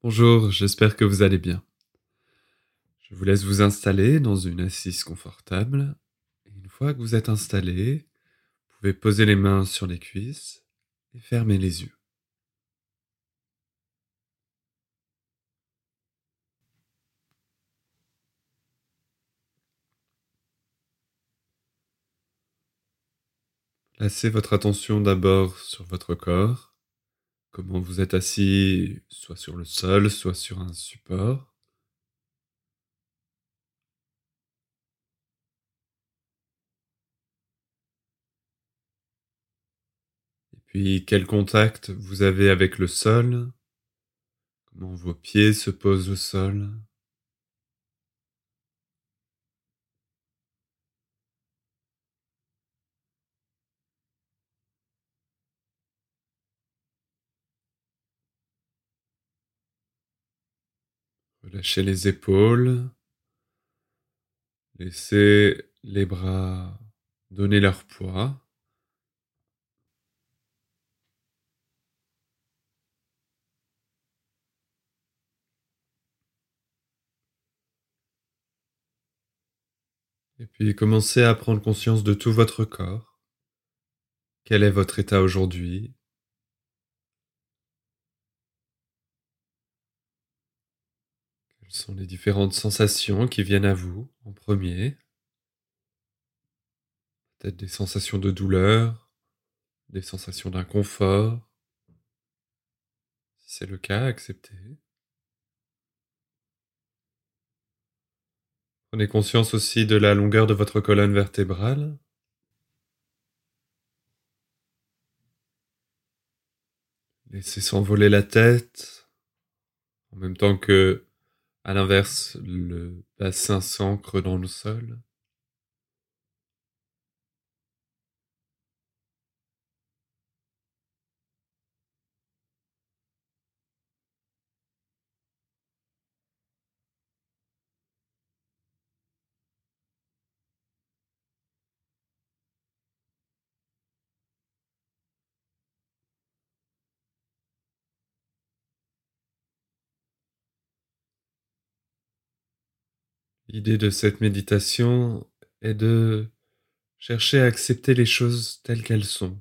Bonjour, j'espère que vous allez bien. Je vous laisse vous installer dans une assise confortable. Et une fois que vous êtes installé, vous pouvez poser les mains sur les cuisses et fermer les yeux. Placez votre attention d'abord sur votre corps, comment vous êtes assis, soit sur le sol, soit sur un support. Et puis quel contact vous avez avec le sol, comment vos pieds se posent au sol. Relâchez les épaules, laissez les bras donner leur poids. Et puis commencez à prendre conscience de tout votre corps. Quel est votre état aujourd'hui? Quelles sont les différentes sensations qui viennent à vous en premier? Peut-être des sensations de douleur, des sensations d'inconfort. Si c'est le cas, acceptez. Prenez conscience aussi de la longueur de votre colonne vertébrale. Laissez s'envoler la tête, en même temps que, à l'inverse, le bassin s'ancre dans le sol. L'idée de cette méditation est de chercher à accepter les choses telles qu'elles sont.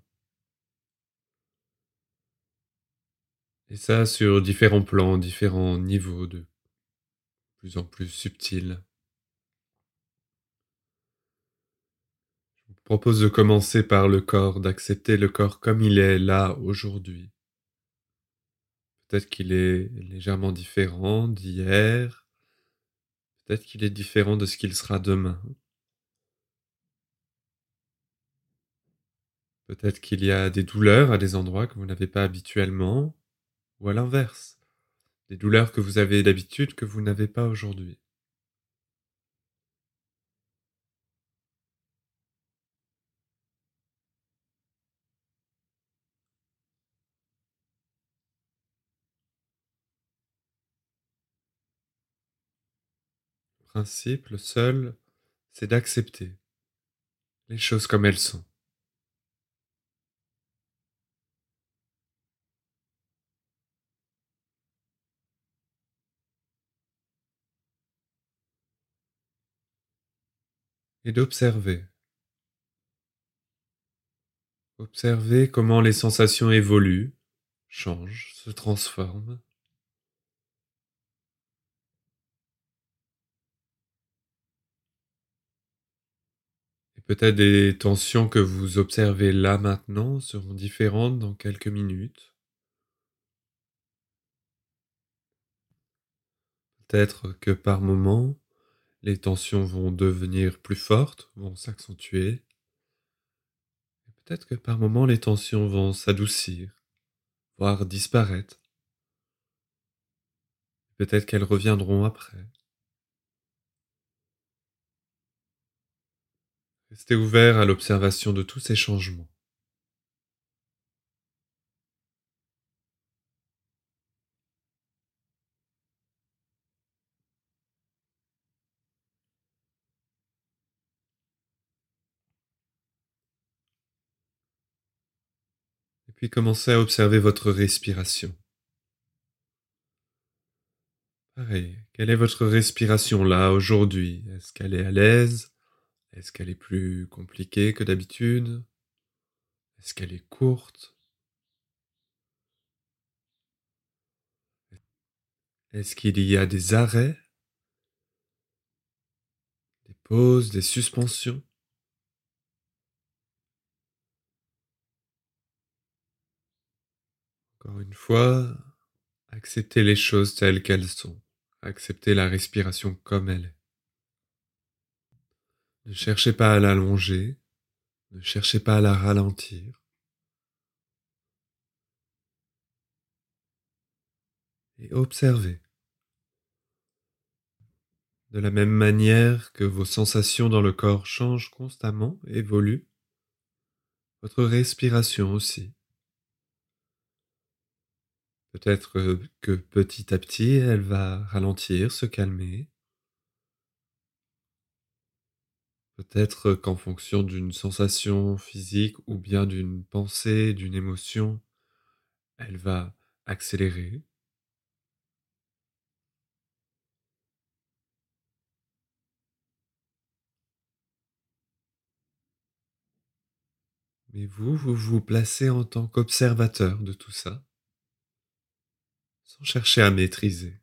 Et ça sur différents plans, différents niveaux de plus en plus subtils. Je vous propose de commencer par le corps, d'accepter le corps comme il est là aujourd'hui. Peut-être qu'il est légèrement différent d'hier, peut-être qu'il est différent de ce qu'il sera demain. Peut-être qu'il y a des douleurs à des endroits que vous n'avez pas habituellement, ou à l'inverse, des douleurs que vous avez d'habitude que vous n'avez pas aujourd'hui. Le principe, le seul, c'est d'accepter les choses comme elles sont. Et d'observer. Observer comment les sensations évoluent, changent, se transforment. Et peut-être des tensions que vous observez là maintenant seront différentes dans quelques minutes. Peut-être que par moment, les tensions vont devenir plus fortes, vont s'accentuer. Et peut-être que par moment, les tensions vont s'adoucir, voire disparaître. Peut-être qu'elles reviendront après. Restez ouvert à l'observation de tous ces changements. Et puis commencez à observer votre respiration. Pareil, quelle est votre respiration là, aujourd'hui? Est-ce qu'elle est à l'aise? Est-ce qu'elle est plus compliquée que d'habitude? Est-ce qu'elle est courte? Est-ce qu'il y a des arrêts, des pauses, des suspensions? Encore une fois, acceptez les choses telles qu'elles sont. Acceptez la respiration comme elle est. Ne cherchez pas à l'allonger, ne cherchez pas à la ralentir, et observez. De la même manière que vos sensations dans le corps changent constamment, évoluent, votre respiration aussi. Peut-être que petit à petit, elle va ralentir, se calmer. Peut-être qu'en fonction d'une sensation physique ou bien d'une pensée, d'une émotion, elle va accélérer. Mais vous vous placez en tant qu'observateur de tout ça, sans chercher à maîtriser.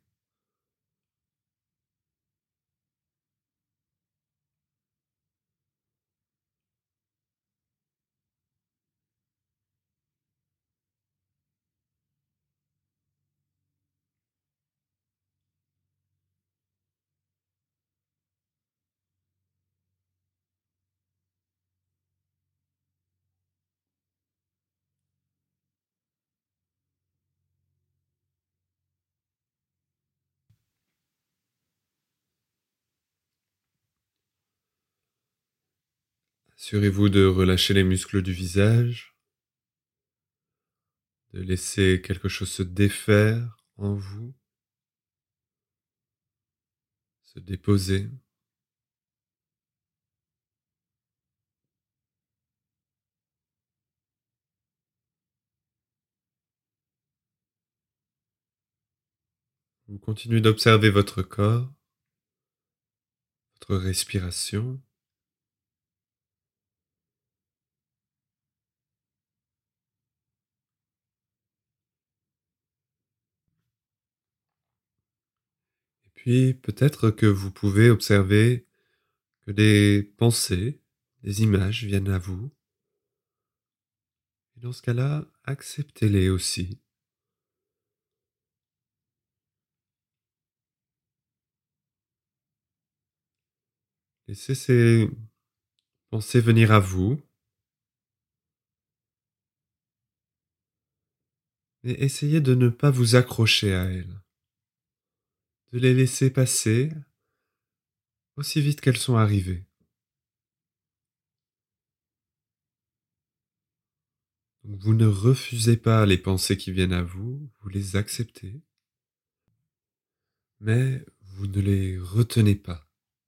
Assurez-vous de relâcher les muscles du visage, de laisser quelque chose se défaire en vous, se déposer. Vous continuez d'observer votre corps, votre respiration, et puis peut-être que vous pouvez observer que des pensées, des images viennent à vous, et dans ce cas-là, acceptez-les aussi. Laissez ces pensées venir à vous, et essayez de ne pas vous accrocher à elles, de les laisser passer aussi vite qu'elles sont arrivées. Donc vous ne refusez pas les pensées qui viennent à vous, vous les acceptez, mais vous ne les retenez pas.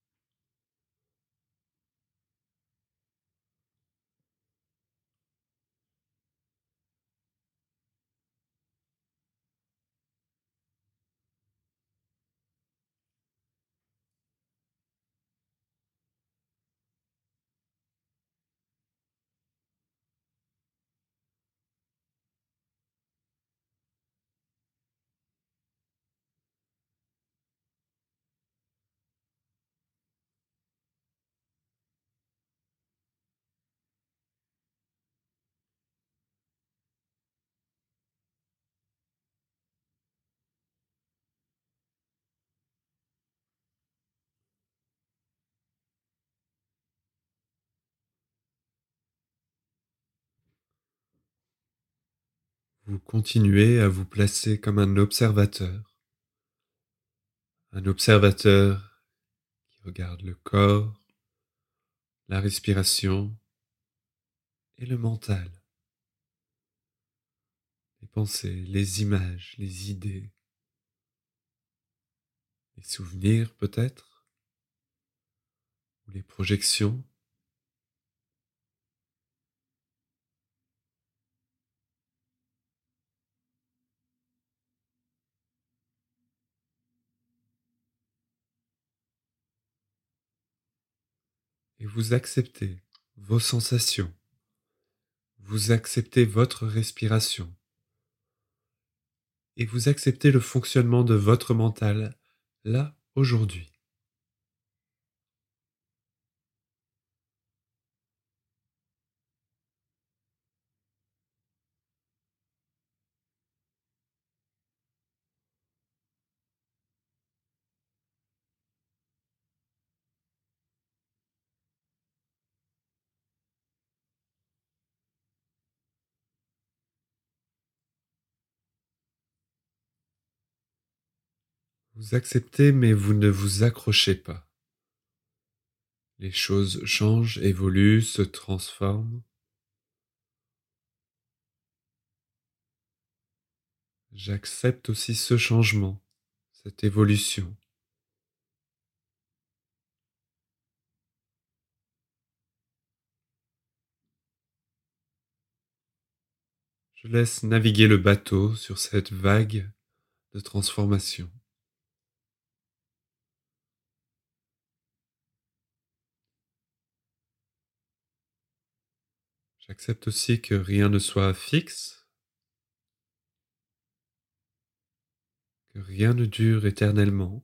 Vous continuez à vous placer comme un observateur qui regarde le corps, la respiration et le mental, les pensées, les images, les idées, les souvenirs peut-être, ou les projections. et vous acceptez vos sensations, vous acceptez votre respiration et vous acceptez le fonctionnement de votre mental, là, aujourd'hui. Vous acceptez, mais vous ne vous accrochez pas. Les choses changent, évoluent, se transforment. J'accepte aussi ce changement, cette évolution. Je laisse naviguer le bateau sur cette vague de transformation. J'accepte aussi que rien ne soit fixe, que rien ne dure éternellement.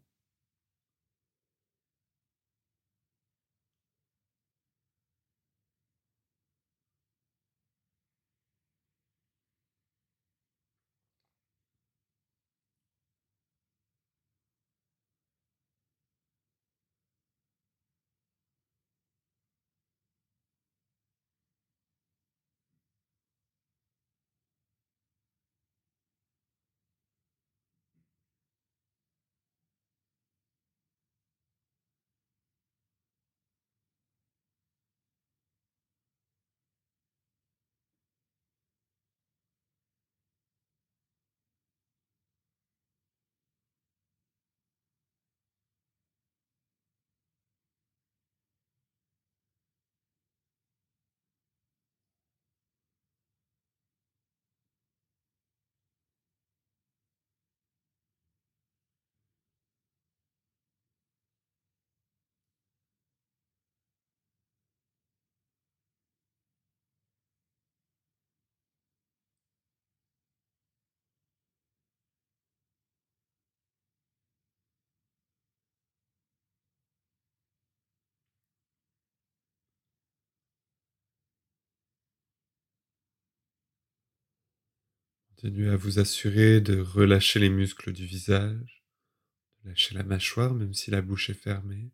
Continuez à vous assurer de relâcher les muscles du visage, de lâcher la mâchoire même si la bouche est fermée,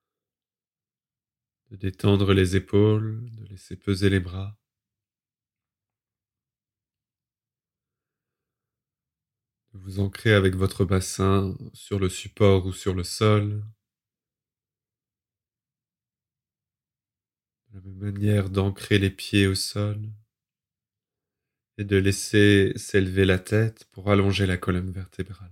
de détendre les épaules, de laisser peser les bras, de vous ancrer avec votre bassin sur le support ou sur le sol, de la même manière d'ancrer les pieds au sol et de laisser s'élever la tête pour allonger la colonne vertébrale.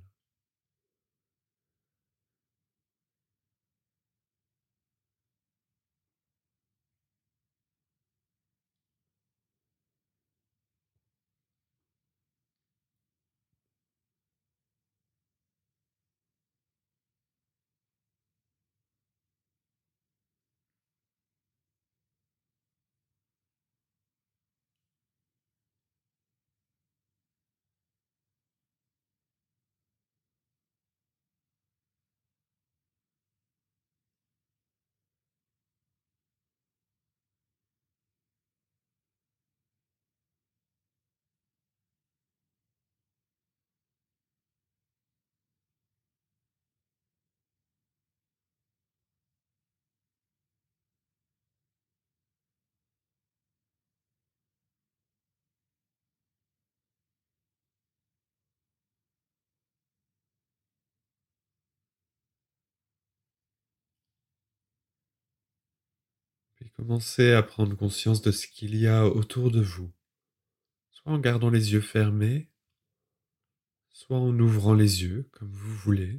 Puis commencez à prendre conscience de ce qu'il y a autour de vous, soit en gardant les yeux fermés, soit en ouvrant les yeux comme vous voulez.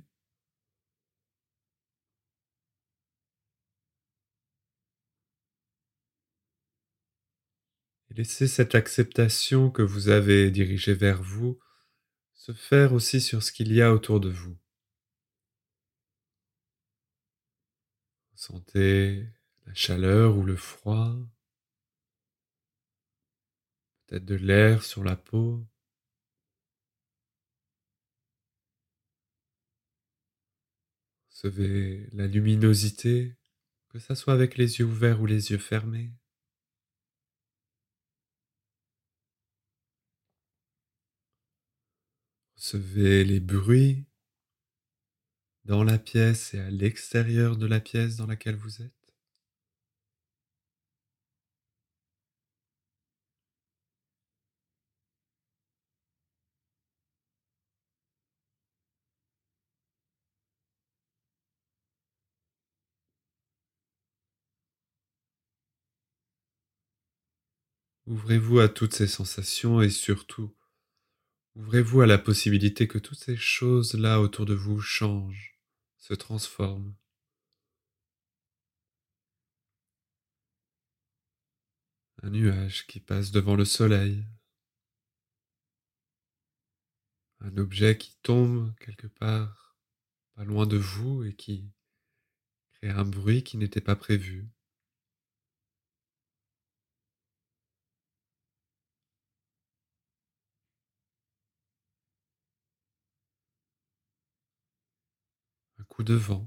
Et laissez cette acceptation que vous avez dirigée vers vous se faire aussi sur ce qu'il y a autour de vous. Sentez la chaleur ou le froid, peut-être de l'air sur la peau. Recevez la luminosité, que ça soit avec les yeux ouverts ou les yeux fermés. Recevez les bruits dans la pièce et à l'extérieur de la pièce dans laquelle vous êtes. Ouvrez-vous à toutes ces sensations et surtout, ouvrez-vous à la possibilité que toutes ces choses-là autour de vous changent, se transforment. Un nuage qui passe devant le soleil, un objet qui tombe quelque part pas loin de vous et qui crée un bruit qui n'était pas prévu. Un coup de vent,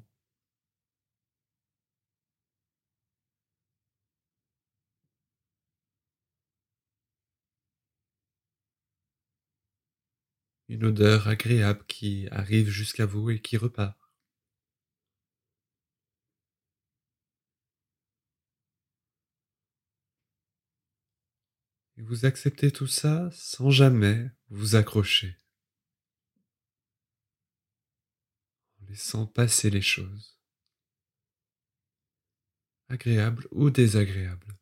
une odeur agréable qui arrive jusqu'à vous et qui repart. Et vous acceptez tout ça sans jamais vous accrocher, en laissant passer les choses, agréables ou désagréables.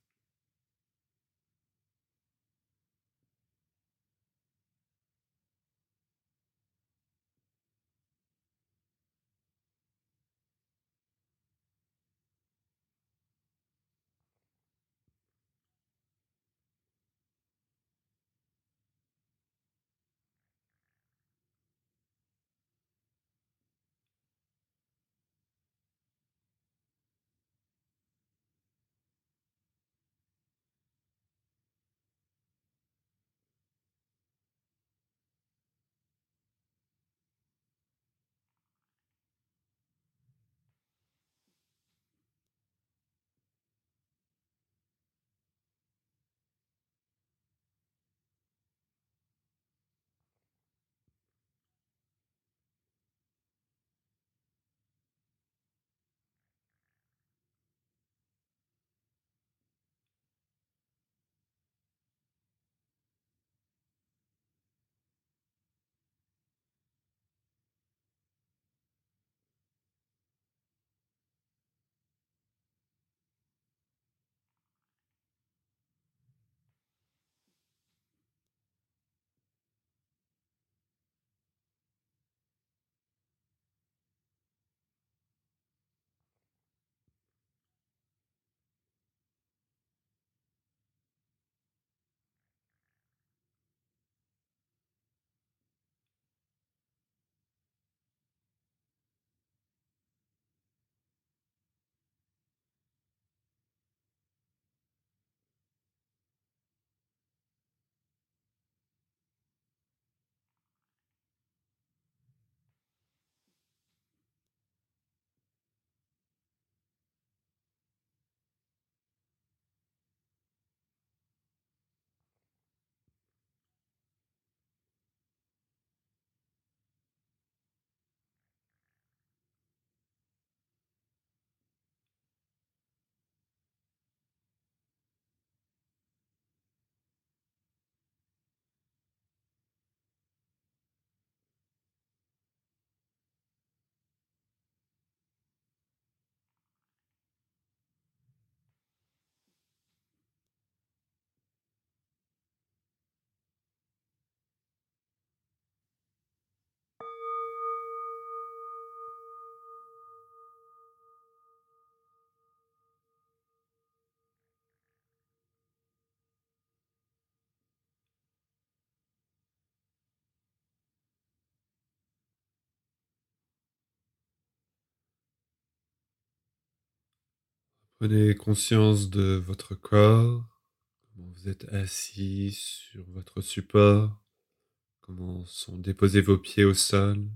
Prenez conscience de votre corps, comment vous êtes assis sur votre support, comment sont déposés vos pieds au sol,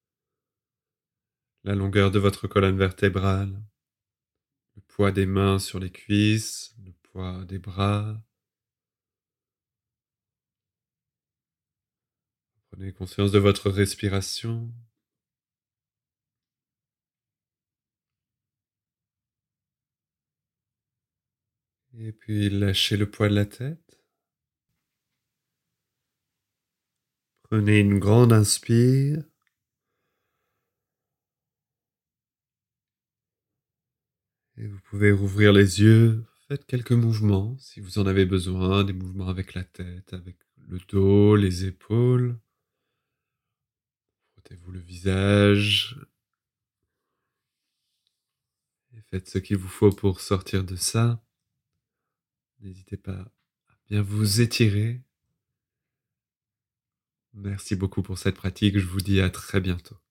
la longueur de votre colonne vertébrale, le poids des mains sur les cuisses, le poids des bras. Prenez conscience de votre respiration. Et puis lâchez le poids de la tête. Prenez une grande inspire. Et vous pouvez rouvrir les yeux. Faites quelques mouvements si vous en avez besoin, des mouvements avec la tête, avec le dos, les épaules. Frottez-vous le visage et faites ce qu'il vous faut pour sortir de ça. N'hésitez pas à bien vous étirer. Merci beaucoup pour cette pratique. Je vous dis à très bientôt.